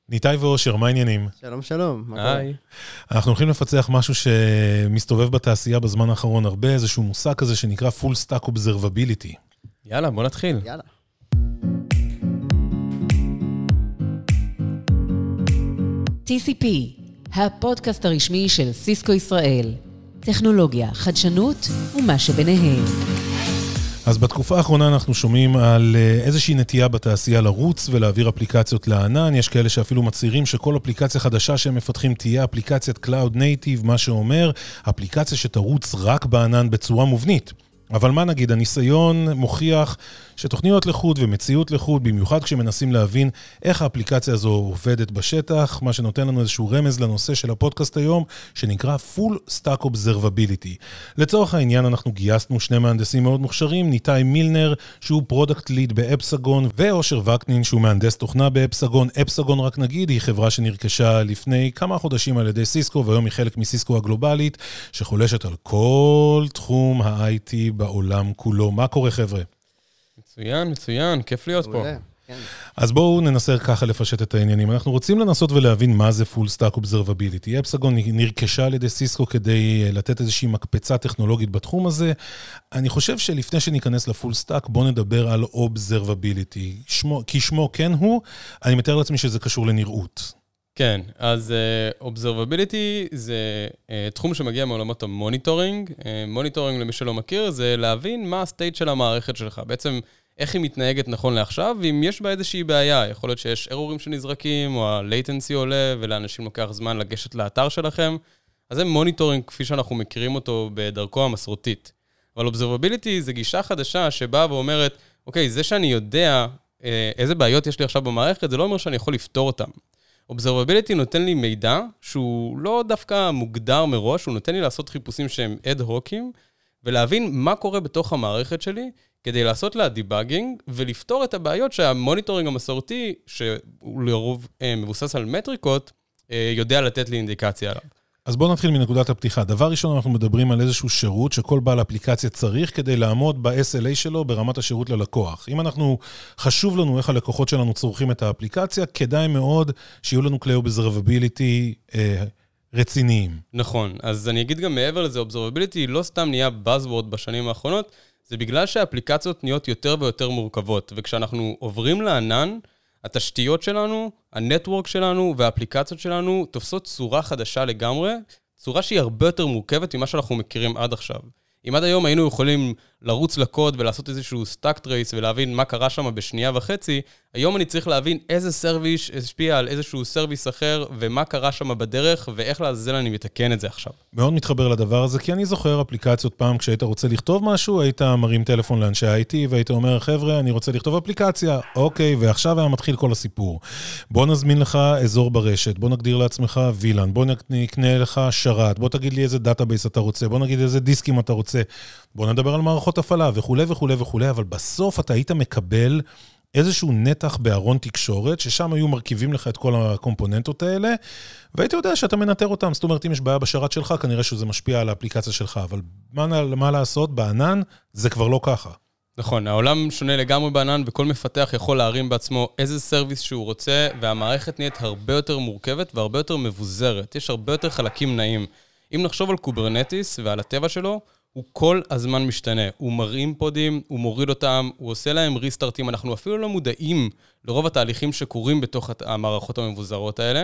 ניתאי ואושר, מה העניינים? שלום, שלום. היי. אנחנו הולכים לפצח משהו שמסתובב בתעשייה בזמן האחרון הרבה, איזשהו מושג כזה שנקרא Full Stack Observability. יאללה, בוא נתחיל. יאללה. TCP, הפודקאסט הרשמי של סיסקו ישראל. טכנולוגיה, חדשנות ומה שביניהם. אז בתקופה האחרונה אנחנו שומעים על איזושהי נטייה בתעשייה לרוץ ולהעביר אפליקציות לענן. יש כאלה שאפילו מצהירים שכל אפליקציה חדשה שהם מפתחים תהיה אפליקציית Cloud Native, מה שאומר אפליקציה שתרוץ רק בענן בצורה מובנית. אבל מה נגיד, הניסיון מוכיח שתוכניות לחוד ומציאות לחוד, במיוחד כשמנסים להבין איך האפליקציה הזו עובדת בשטח, מה שנותן לנו איזשהו רמז לנושא של הפודקאסט היום, שנקרא Full Stack Observability. לצורך העניין אנחנו גייסנו שני מהנדסים מאוד מוכשרים, ניתאי מילנר, שהוא פרודקט ליד באפסגון, ואושר וקנין, שהוא מהנדס תוכנה באפסגון. אפסגון, רק נגיד, היא חברה שנרכשה לפני כמה חודשים על ידי סיסקו, והיום היא חלק מסיסקו הגלובלית, שחולשת על כל תחום ה-IT בעולם כולו. מה קורה, חבר'ה? מצוין, כיף להיות פה. אז בואו ננסה ככה לפשט את העניינים. אנחנו רוצים לנסות ולהבין מה זה Full Stack Observability. אפסגון נרכשה על ידי סיסקו כדי לתת איזושהי מקפצה טכנולוגית בתחום הזה. אני חושב שלפני שניכנס לפול סטאק, בואו נדבר על Observability. כי שמו כן הוא, אני מתאר לעצמי שזה קשור לנראות. כן, אז Observability זה תחום שמגיע מעולמות המוניטורינג. מוניטורינג, למי שלא מכיר, זה להבין מה הסטייט של המערכת שלך. בעצם איך היא מתנהגת נכון לעכשיו, ואם יש בה איזושהי בעיה, יכול להיות שיש ארורים שנזרקים, או ה-latency עולה, ולאנשים לוקח זמן לגשת לאתר שלכם. אז זה מוניטורינג כפי שאנחנו מכירים אותו בדרכו המסורתית. אבל Observability זה גישה חדשה שבאה ואומרת, אוקיי, זה שאני יודע איזה בעיות יש לי עכשיו במערכת, זה לא אומר שאני יכול לפתור אותם. Observability נותן לי מידע שהוא לא דווקא מוגדר מראש, הוא נותן לי לעשות חיפושים שהם אד-הוקים, ולהבין מה קורה בתוך המערכת שלי, כדי לעשות לה דיבאגינג, ולפתור את הבעיות שהמוניטורינג המסורתי, שהוא לרוב מבוסס על מטריקות, יודע לתת לי אינדיקציה עליו. אז בואו נתחיל מנקודת הפתיחה. דבר ראשון, אנחנו מדברים על איזשהו שירות שכל בעל אפליקציה צריך כדי לעמוד ב-SLA שלו ברמת השירות ללקוח. אם חשוב לנו איך הלקוחות שלנו צורכים את האפליקציה, כדאי מאוד שיהיו לנו כלי Observability רציניים. נכון, אז אני אגיד גם מעבר לזה, Observability לא סתם נהיה Buzzword בשנים האחרונות, זה בגלל שהאפליקציות נהיות יותר ויותר מורכבות, וכשאנחנו עוברים לענן, התשתיות שלנו, הנטוורק שלנו והאפליקציות שלנו תופסות צורה חדשה לגמרי, צורה שהיא הרבה יותר מורכבת ממה שאנחנו מכירים עד עכשיו. אם עד היום היינו יכולים לרוץ לקוד ולעשות איזשהו סטאק טרייס ולהבין מה קרה שם בשנייה וחצי, היום אני צריך להבין איזה סרוויס השפיע על איזשהו סרוויס אחר ומה קרה שם בדרך ואיך לעזל אני מתקן את זה עכשיו. מאוד מתחבר לדבר הזה, כי אני זוכר אפליקציות פעם כשהיית רוצה לכתוב משהו, היית מרים טלפון לאנשי IT והיית אומר, חבר'ה, אני רוצה לכתוב אפליקציה, אוקיי, ועכשיו היה מתחיל כל הסיפור. בוא נזמין לך אזור ברשת, בוא נגדיר לעצמך וילן, בוא נקנה לך שרת, בוא תגיד לי איזה דאטאבייס אתה רוצה, בוא נגיד איזה דיסקים אתה רוצה, בוא נדבר על מערכות הפעלה וכו' וכו' וכו', אבל בסוף אתה היית מקבל איזשהו נתח בארון תקשורת, ששם היו מרכיבים לך את כל הקומפוננטות האלה, והייתי יודע שאתה מנטר אותם, זאת אומרת, אם יש בעיה בשרת שלך, כנראה שזה משפיע על האפליקציה שלך, אבל מה לעשות? בענן זה כבר לא ככה. נכון, העולם שונה לגמרי בענן, וכל מפתח יכול להרים בעצמו איזה סרוויס שהוא רוצה, והמערכת נהיית הרבה יותר מורכבת והרבה יותר מבוזרת. יש הרבה יותר חלקים נעים. אם נחשוב על קוברנטיס ועל הטבע שלו, הוא כל הזמן משתנה. הוא מרים פודים, הוא מוריד אותם, הוא עושה להם ריסטארטים. אנחנו אפילו לא מודעים לרוב התהליכים שקורים בתוך המערכות המבוזרות האלה,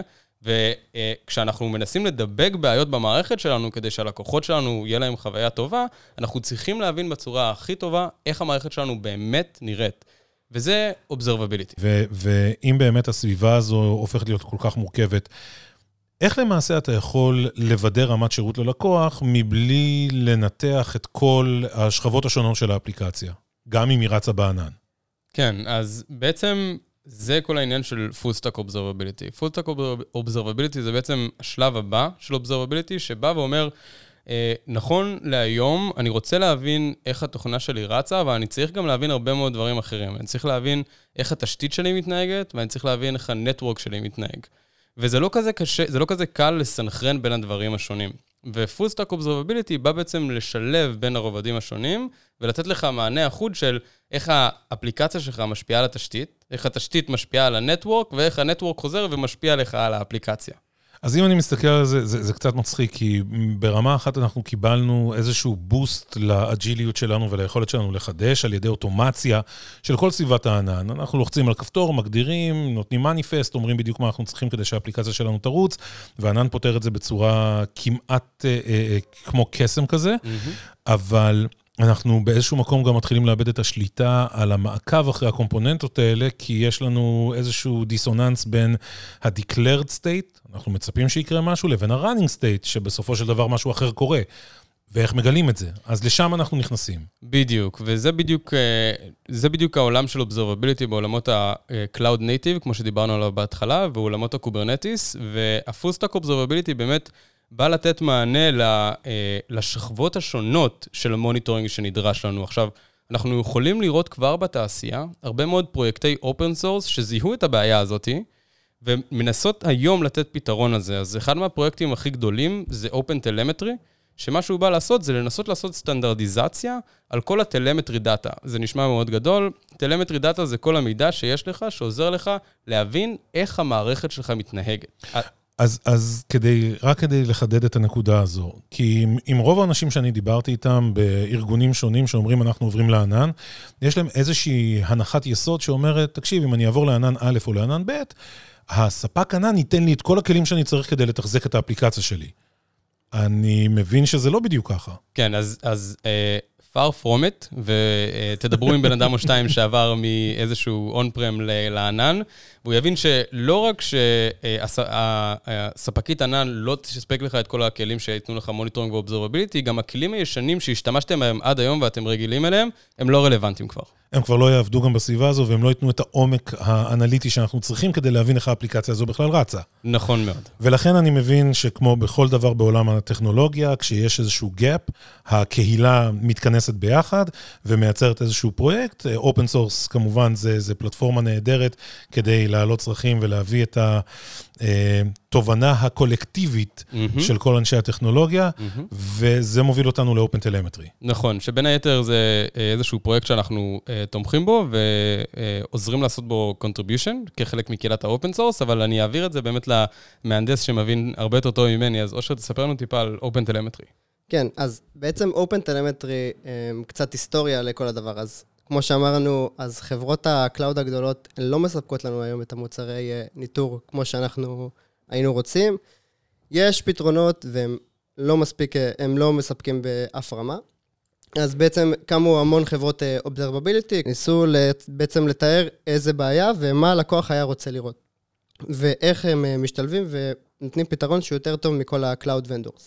וכשאנחנו מנסים לדבק בעיות במערכת שלנו, כדי שהלקוחות שלנו יהיה להם חוויה טובה, אנחנו צריכים להבין בצורה הכי טובה איך המערכת שלנו באמת נראית. וזה Observability. ואם באמת הסביבה הזו הופכת להיות כל כך מורכבת, איך למעשה אתה יכול לוודא רמת שירות ללקוח מבלי לנתח את כל השכבות השונות של האפליקציה, גם אם היא רצה בענן? כן, אז בעצם זה כל העניין של Full Stack Observability. Full Stack Observability זה בעצם השלב הבא של Observability, שבא ואומר, נכון להיום, אני רוצה להבין איך התוכנה שלי רצה, אבל אני צריך גם להבין הרבה מאוד דברים אחרים. אני צריך להבין איך התשתית שלי מתנהגת, ואני צריך להבין איך הנטוורק שלי מתנהג. וזה לא כזה קשה, זה לא כזה קל לסנכרן בין הדברים השונים. ו-Full Stack Observability בא בעצם לשלב בין הרובדים השונים, ולתת לך מענה אחוד של איך האפליקציה שלך משפיעה על התשתית, איך התשתית משפיעה על הנטוורק, ואיך הנטוורק חוזר ומשפיע לך על האפליקציה. אז אם אני מסתכל על זה, זה קצת מצחיק, כי ברמה אחת אנחנו קיבלנו איזשהו בוסט לאג'יליות שלנו וליכולת שלנו לחדש על ידי אוטומציה של כל סביבת הענן. אנחנו לוחצים על כפתור, מגדירים, נותנים מניפסט, אומרים בדיוק מה אנחנו צריכים כדי שהאפליקציה שלנו תרוץ, והענן פותר את זה בצורה כמעט כמו קסם כזה, אבל אנחנו באיזשהו מקום גם מתחילים לאבד את השליטה על המעקב אחרי הקומפוננטות האלה, כי יש לנו איזשהו דיסוננס בין ה-declared state, אנחנו מצפים שיקרה משהו, לבין ה-running state, שבסופו של דבר משהו אחר קורה, ואיך מגלים את זה. אז לשם אנחנו נכנסים. בדיוק, וזה בדיוק העולם של observability בעולמות ה-cloud native, כמו שדיברנו עליו בהתחלה, ועולמות ה-Kubernetes, וה-full stack observability באמת בא לתת מענה לשכבות השונות של המוניטורינג שנדרש לנו. עכשיו, אנחנו יכולים לראות כבר בתעשייה הרבה מאוד פרויקטי אופן סורס שזיהו את הבעיה הזאת, ומנסות היום לתת פתרון לזה. אז אחד מהפרויקטים הכי גדולים זה Open Telemetry, שמה שהוא בא לעשות זה לנסות לעשות סטנדרטיזציה על כל הטלמטרי דאטה. זה נשמע מאוד גדול. טלמטרי דאטה זה כל המידע שיש לך, שעוזר לך להבין איך המערכת שלך מתנהגת. אז רק כדי לחדד את הנקודה הזו, כי עם רוב האנשים שאני דיברתי איתם בארגונים שונים שאומרים אנחנו עוברים לענן, יש להם איזושהי הנחת יסוד שאומרת, תקשיב, אם אני אעבור לענן א' או לענן ב', הספק ענן ייתן לי את כל הכלים שאני צריך כדי לתחזק את האפליקציה שלי. אני מבין שזה לא בדיוק ככה. כן, אז far from it, ותדברו עם בן אדם או שתיים שעבר מאיזשהו on-prem לענן, והוא יבין שלא רק שהספקית ענן לא תספק לך את כל הכלים שיתנו לך מוניטורינג ואובזרבביליטי, גם הכלים הישנים שהשתמשתם בהם עד היום ואתם רגילים אליהם, הם לא רלוונטיים כבר. הם כבר לא יעבדו גם בסביבה הזו, והם לא ייתנו את העומק האנליטי שאנחנו צריכים כדי להבין איך האפליקציה הזו בכלל רצה. נכון מאוד. ולכן אני מבין שכמו בכל דבר בעולם הטכנולוגיה, כשיש איזשהו gap, הקהילה מתכנסת ביחד ומייצרת איזשהו פרויקט. אופן סורס כמובן זה פלטפורמה נהדרת כדי להעלות צרכים ולהביא את התובנה הקולקטיבית של כל אנשי הטכנולוגיה, וזה מוביל אותנו לאופן טלמטרי. נכון, שבין היתר זה איזשהו פרויקט שאנחנו תומכים בו, ועוזרים לעשות בו contribution, כחלק מקהילת האופן סורס, אבל אני אעביר את זה באמת למהנדס שמבין הרבה יותר טוב ממני, אז אושר תספר לנו טיפה על אופן טלמטרי. כן, אז בעצם אופן טלמטרי, קצת היסטוריה לכל הדבר, אז כמו שאמרנו, אז חברות הקלאוד הגדולות לא מספקות לנו היום את המוצרי ניטור כמו שאנחנו היינו רוצים. יש פתרונות והם לא מספקים באף רמה. אז בעצם קמו המון חברות observability, ניסו בעצם לתאר איזה בעיה ומה הלקוח היה רוצה לראות. ואיך הם משתלבים ונותנים פתרון שהוא יותר טוב מכל ה-cloud vendors.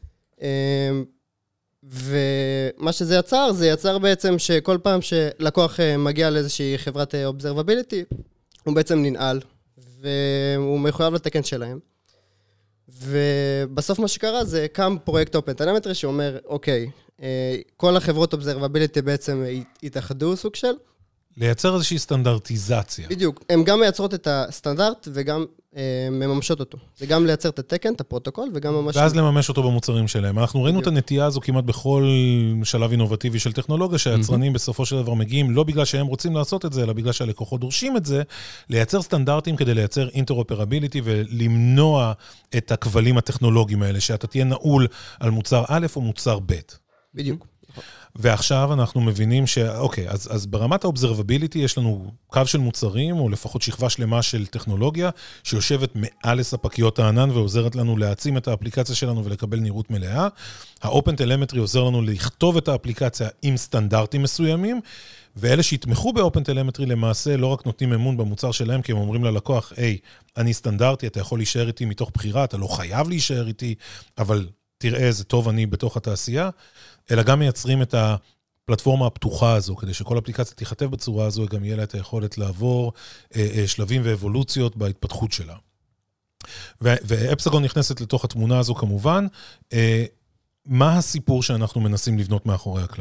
ומה שזה יצר, זה יצר בעצם שכל פעם שלקוח מגיע לאיזושהי חברת observability, הוא בעצם ננעל, והוא מחויב לתקן שלהם. ובסוף מה שקרה זה קם פרויקט Open Telemetry שאומר, אוקיי, כל החברות observability בעצם התאחדו סוג של. לייצר איזושהי סטנדרטיזציה. בדיוק, הם גם מייצרות את הסטנדרט וגם מממשות אותו. זה גם לייצר את התקן, את הפרוטוקול, וגם ממש... ואז לממש אותו במוצרים שלהם. אנחנו ראינו את הנטייה הזו כמעט בכל שלב אינובטיבי של טכנולוגיה, שהיצרנים בסופו של דבר מגיעים, לא בגלל שהם רוצים לעשות את זה, אלא בגלל שהלקוחות דורשים את זה, לייצר סטנדרטים כדי לייצר אינטרופרביליטי ולמנוע את הכבלים הטכנולוגיים האלה, שאתה תהיה נעול על מוצר א' או מוצר ב'. בדיוק. ועכשיו אנחנו מבינים אוקיי, אז ברמת האובזרבביליטי יש לנו קו של מוצרים, או לפחות שכבה שלמה של טכנולוגיה, שיושבת מעל לספקיות הענן, ועוזרת לנו להעצים את האפליקציה שלנו ולקבל נראות מלאה. האופן טלמטרי עוזר לנו לכתוב את האפליקציה עם סטנדרטים מסוימים, ואלה שיתמכו באופן טלמטרי למעשה לא רק נותנים אמון במוצר שלהם, כי הם אומרים ללקוח, אני סטנדרטי, אתה יכול להישאר איתי מתוך בחירה, אתה לא חייב להישאר איתי, אבל תראה איזה טוב אני בתוך התעשייה, אלא גם מייצרים את הפלטפורמה הפתוחה הזו, כדי שכל אפליקציה תיכתב בצורה הזו, גם יהיה לה את היכולת לעבור שלבים ואבולוציות בהתפתחות שלה. ואפסגון נכנסת לתוך התמונה הזו כמובן. מה הסיפור שאנחנו מנסים לבנות מאחורי הקלעים?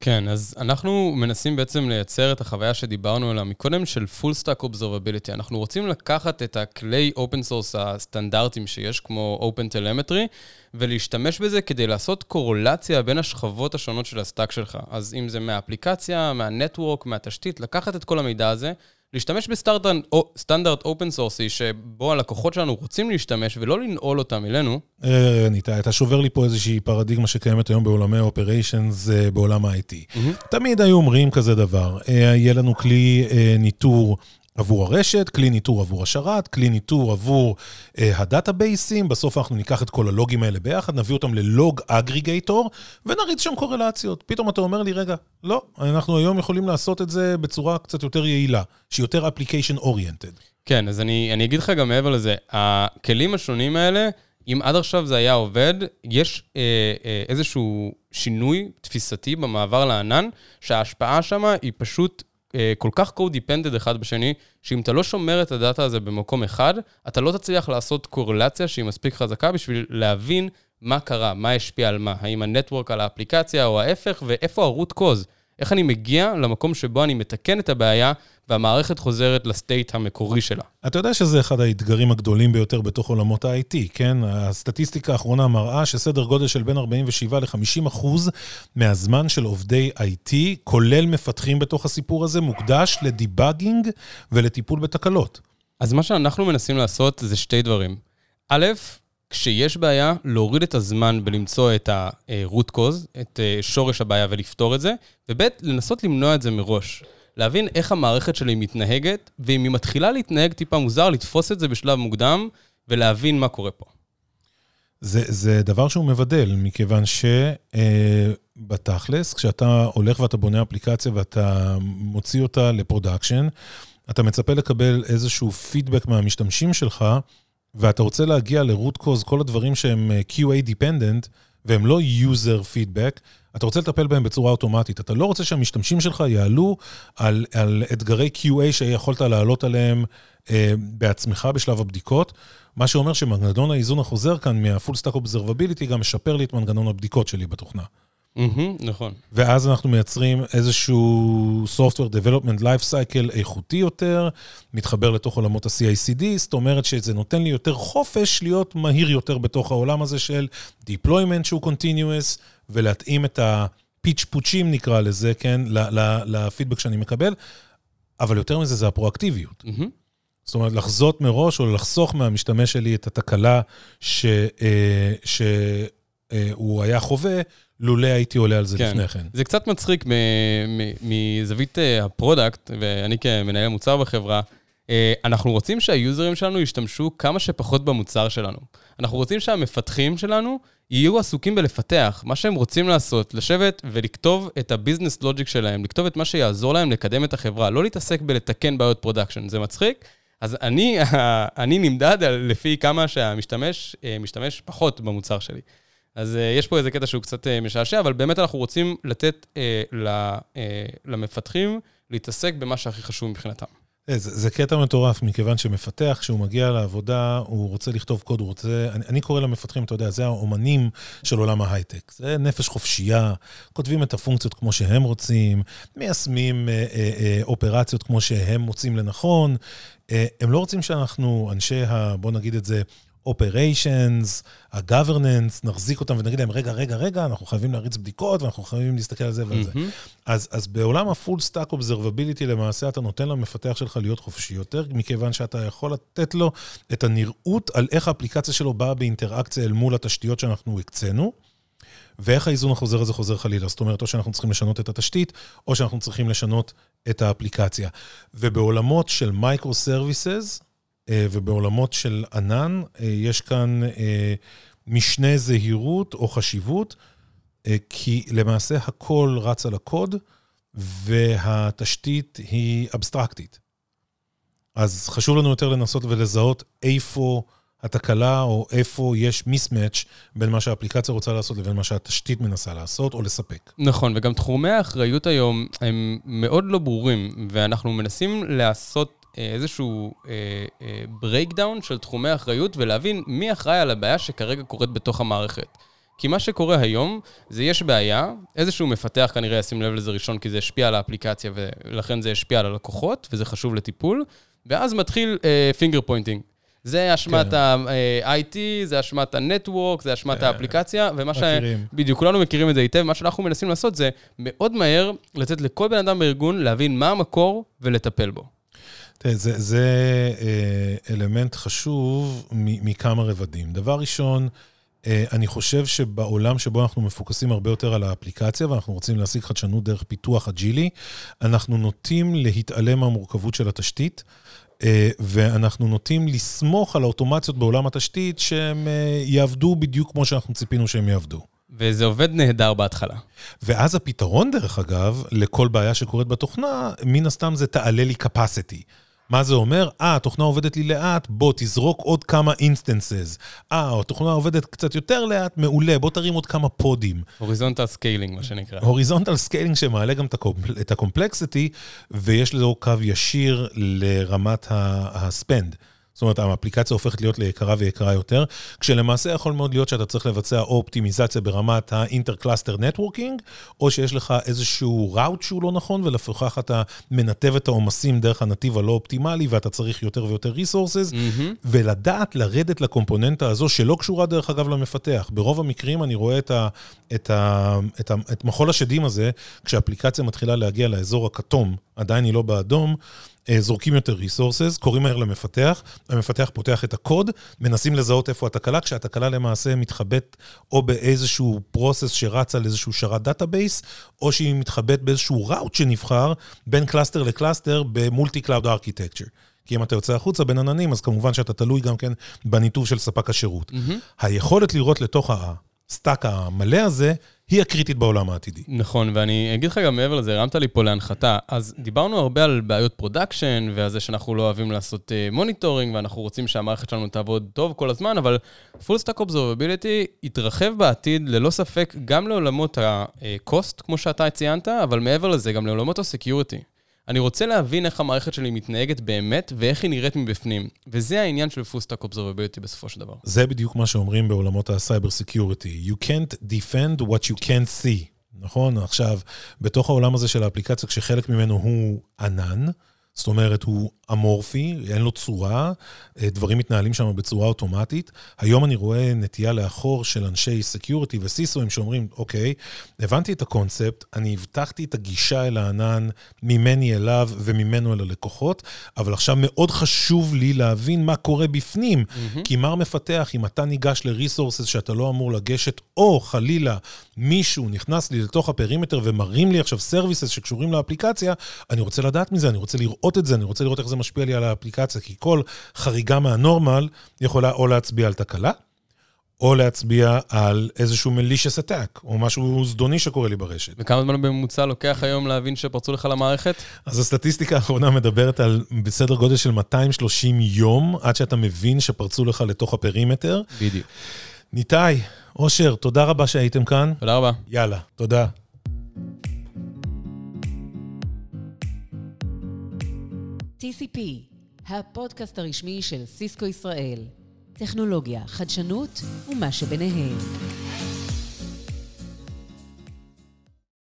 כן, אז אנחנו מנסים בעצם לייצר את החוויה שדיברנו עליה מקודם של full stack observability. אנחנו רוצים לקחת את הכלי open source הסטנדרטיים שיש, כמו open telemetry, ולהשתמש בזה כדי לעשות קורולציה בין השכבות השונות של הסטאק שלך. אז אם זה מהאפליקציה, מהנטוורק, מהתשתית, לקחת את כל המידע הזה, להשתמש בסטנדרט אופן סורסי, שבו הלקוחות שלנו רוצים להשתמש, ולא לנעול אותם אלינו. ניתאי, אתה שובר לי פה איזושהי פרדיגמה שקיימת היום בעולמי אופריישנס, בעולם ה-IT. תמיד היו אומרים כזה דבר, יהיה לנו כלי ניטור עבור הרשת, כלי ניטור עבור השרת, כלי ניטור עבור הדאטאבייסים, בסוף אנחנו ניקח את כל הלוגים האלה ביחד, נביא אותם ללוג אגריגייטור, ונריץ שם קורלציות. פתאום אתה אומר לי, רגע, לא, אנחנו היום יכולים לעשות את זה בצורה קצת יותר יעילה, שהיא יותר application oriented. כן, אז אני אגיד לך גם מעבר לזה, הכלים השונים האלה, אם עד עכשיו זה היה עובד, יש איזשהו שינוי תפיסתי במעבר לענן, שההשפעה שמה היא פשוט כל כך co-dependent אחד בשני, שאם אתה לא שומר את הדאטה הזה במקום אחד, אתה לא תצליח לעשות קורלציה שהיא מספיק חזקה בשביל להבין מה קרה, מה השפיע על מה, האם הנטוורק על האפליקציה או ההפך, ואיפה הרוט קוז, איך אני מגיע למקום שבו אני מתקן את הבעיה, והמערכת חוזרת לסטייט המקורי שלה. אתה יודע שזה אחד האתגרים הגדולים ביותר בתוך עולמות ה-IT, כן? הסטטיסטיקה האחרונה מראה שסדר גודל של בין 47 ל-50% מהזמן של עובדי IT, כולל מפתחים בתוך הסיפור הזה, מוקדש לדיבאגינג ולטיפול בתקלות. אז מה שאנחנו מנסים לעשות זה שתי דברים. א', כשיש בעיה, להוריד את הזמן ולמצוא את ה-root cause, את שורש הבעיה ולפתור את זה, וב', לנסות למנוע את זה מראש. להבין איך המערכת שלי מתנהגת, ואם היא מתחילה להתנהג טיפה מוזר, לתפוס את זה בשלב מוקדם, ולהבין מה קורה פה. זה דבר שהוא מבדל, מכיוון שבתכלס, כשאתה הולך ואתה בונה אפליקציה, ואתה מוציא אותה לפרודקשן, אתה מצפה לקבל איזשהו פידבק מהמשתמשים שלך, ואתה רוצה להגיע ל-root cause, כל הדברים שהם QA dependent, והם לא user feedback, אתה רוצה לטפל בהם בצורה אוטומטית. אתה לא רוצה שהמשתמשים שלך יעלו על אתגרי QA שיכולת לעלות עליהם בעצמך בשלב הבדיקות, מה שאומר שמנגנון האיזון החוזר כאן מה-full stack observability גם משפר לי את מנגנון הבדיקות שלי בתוכנה. נכון. ואז אנחנו מייצרים איזשהו software development life cycle איכותי יותר, מתחבר לתוך עולמות ה-CICD, זאת אומרת שזה נותן לי יותר חופש להיות מהיר יותר בתוך העולם הזה של deployment שהוא continuous, ולהתאים את הפיץ' פוצ'ים נקרא לזה, כן, לפידבק שאני מקבל, אבל יותר מזה זה הפרואקטיביות. זאת אומרת, לחזות מראש או לחסוך מהמשתמש שלי את התקלה שהוא היה חווה, לולא הייתי עולה על זה לפני כן. זה קצת מצחיק מזווית הפרודקט, ואני כמנהל מוצר בחברה, אנחנו רוצים שהיוזרים שלנו ישתמשו כמה שפחות במוצר שלנו. אנחנו רוצים שהמפתחים שלנו יהיו עסוקים בלפתח, מה שהם רוצים לעשות, לשבת ולכתוב את הביזנס לוג'יק שלהם, לכתוב את מה שיעזור להם לקדם את החברה, לא להתעסק בלתקן בעיות פרודקשן, זה מצחיק. אז אני נמדד לפי כמה שהמשתמש משתמש פחות במוצר שלי. אז יש פה איזה קטע שהוא קצת משעשע, אבל באמת אנחנו רוצים לתת למפתחים להתעסק במה שהכי חשוב מבחינתם. זה קטע מטורף, מכיוון שמפתח, כשהוא מגיע לעבודה, הוא רוצה לכתוב קוד, אני קורא למפתחים, אתה יודע, זה האומנים של עולם ההייטק. זה נפש חופשייה, כותבים את הפונקציות כמו שהם רוצים, מיישמים אופרציות כמו שהם מוצאים לנכון. הם לא רוצים שאנחנו, אנשי בוא נגיד את זה, operations, ה-governance, נחזיק אותם ונגיד להם, רגע, אנחנו חייבים להריץ בדיקות, ואנחנו חייבים להסתכל על זה ועל זה. אז בעולם ה-full stack observability, למעשה אתה נותן למפתח שלך להיות חופשי יותר, מכיוון שאתה יכול לתת לו את הנראות על איך האפליקציה שלו באה באינטראקציה אל מול התשתיות שאנחנו הקצינו, ואיך האיזון החוזר הזה חוזר חלילה. זאת אומרת, או שאנחנו צריכים לשנות את התשתית, או שאנחנו צריכים לשנות את האפליקציה. ובעולמות של microservices, ובעולמות של ענן, יש כאן משנה זהירות או חשיבות, כי למעשה הכל רץ על הקוד, והתשתית היא אבסטרקטית. אז חשוב לנו יותר לנסות ולזהות איפה התקלה, או איפה יש מיסמץ' בין מה שהאפליקציה רוצה לעשות, לבין מה שהתשתית מנסה לעשות, או לספק. נכון, וגם תחומי האחריות היום הם מאוד לא ברורים, ואנחנו מנסים לעשות איזשהו ברייקדאון של תחומי האחריות, ולהבין מי אחראי על הבעיה שכרגע קורית בתוך המערכת. כי מה שקורה היום, זה יש בעיה, איזשהו מפתח כנראה ישים לב לזה ראשון, כי זה השפיע על האפליקציה, ולכן זה השפיע על הלקוחות, וזה חשוב לטיפול, ואז מתחיל פינגר פוינטינג. זה אשמת ה-IT, זה אשמת ה-Network, זה אשמת האפליקציה, ומה שבדיוק כולנו מכירים את זה היטב, מה שאנחנו מנסים לעשות זה מאוד מהר לתת לכל בן אדם בארגון להבין מה המקור ולטפל בו. זה אלמנט חשוב מכמה רבדים. דבר ראשון, אני חושב שבעולם שבו אנחנו מפוקסים הרבה יותר על האפליקציה, ואנחנו רוצים להשיג חדשנות דרך פיתוח אג'ילי, אנחנו נוטים להתעלם מהמורכבות של התשתית, ואנחנו נוטים לסמוך על האוטומציות בעולם התשתית, שהם יעבדו בדיוק כמו שאנחנו ציפינו שהם יעבדו. וזה עובד נהדר בהתחלה. ואז הפתרון, דרך אגב, לכל בעיה שקורית בתוכנה, מן הסתם זה תעלה לי capacity. מה זה אומר? התוכנה עובדת לי לאט, בוא תזרוק עוד כמה instances. התוכנה עובדת קצת יותר לאט, מעולה, בוא תרים עוד כמה פודים. הוריזונטל סקיילינג, מה שנקרא. הוריזונטל סקיילינג שמעלה גם את הקומפלקסיטי, ויש לזה קו ישיר לרמת הספנד. זאת אומרת, האפליקציה הופכת להיות ליקרה ויקרה יותר, כשלמעשה יכול מאוד להיות שאתה צריך לבצע אופטימיזציה ברמת האינטר-קלאסטר נטוורקינג, או שיש לך איזשהו ראוט שהוא לא נכון, ולפוכח אתה מנתב את העומסים דרך הנתיב הלא אופטימלי, ואתה צריך יותר ויותר ריסורסס, ולדעת לקומפוננטה הזו, שלא קשורה דרך אגב למפתח. ברוב המקרים אני רואה את מחול השדים הזה, כשהאפליקציה מתחילה להגיע לאזור הכתום, עדיין היא לא באדום, זורקים יותר ריסורסס, קוראים מהר למפתח, המפתח פותח את הקוד, מנסים לזהות איפה התקלה, כשהתקלה למעשה מתחבאת או באיזשהו פרוסס שרץ על איזשהו שרת דאטאבייס, או שהיא מתחבאת באיזשהו ראוט שנבחר בין קלאסטר לקלאסטר במולטי קלאוד ארכיטקצ'ר. כי אם אתה יוצא החוצה בין עננים, אז כמובן שאתה תלוי גם כן בניתוב של ספק השירות. היכולת לראות לתוך הסטאק המלא הזה, היא הקריטית בעולם העתידי. נכון, ואני אגיד לך גם מעבר לזה, הרמת לי פה להנחתה, אז דיברנו הרבה על בעיות פרודקשן, ועל זה שאנחנו לא אוהבים לעשות מוניטורינג, ואנחנו רוצים שהמערכת שלנו תעבוד טוב כל הזמן, אבל Full Stack Observability יתרחב בעתיד ללא ספק גם לעולמות ה-cost, כמו שאתה ציינת, אבל מעבר לזה גם לעולמות ה-security. אני רוצה להבין איך המערכת שלי מתנהגת באמת, ואיך היא נראית מבפנים. וזה העניין של Full Stack Observability בסופו של דבר. זה בדיוק מה שאומרים בעולמות ה-Cyber Security. You can't defend what you can't see. נכון? עכשיו, בתוך העולם הזה של האפליקציה, כשחלק ממנו הוא ענן, זאת אומרת, הוא אמורפי, אין לו צורה, דברים מתנהלים שם בצורה אוטומטית. היום אני רואה נטייה לאחור של אנשי סקיוריטי וסיסויים שאומרים, אוקיי, הבנתי את הקונספט, אני הבטחתי את הגישה אל הענן ממני אליו וממנו אל הלקוחות, אבל עכשיו מאוד חשוב לי להבין מה קורה בפנים, כי מר מפתח, אם אתה ניגש לריסורסס שאתה לא אמור לגשת, או חלילה מישהו נכנס לי לתוך הפרימטר ומרים לי עכשיו סרוויסס שקשורים לאפליקציה, אני רוצה לדעת מזה, אני רוצה לראות את זה, אני רוצה לראות איך זה משפיע לי על האפליקציה, כי כל חריגה מהנורמל יכולה או להצביע על תקלה, או להצביע על איזשהו malicious attack, או משהו זדוני שקורה לי ברשת. וכמה זמן בממוצע לוקח היום להבין שפרצו לך למערכת? אז הסטטיסטיקה האחרונה מדברת על בסדר גודל של 230 יום, עד שאתה מבין שפרצו לך לתוך הפרימטר. בדיוק. ניתאי, אושר, תודה רבה שהייתם כאן. תודה רבה. יאללה, תודה. TCP, הפודקאסט הרשמי של סיסקו ישראל. טכנולוגיה, חדשנות ומה שביניהם.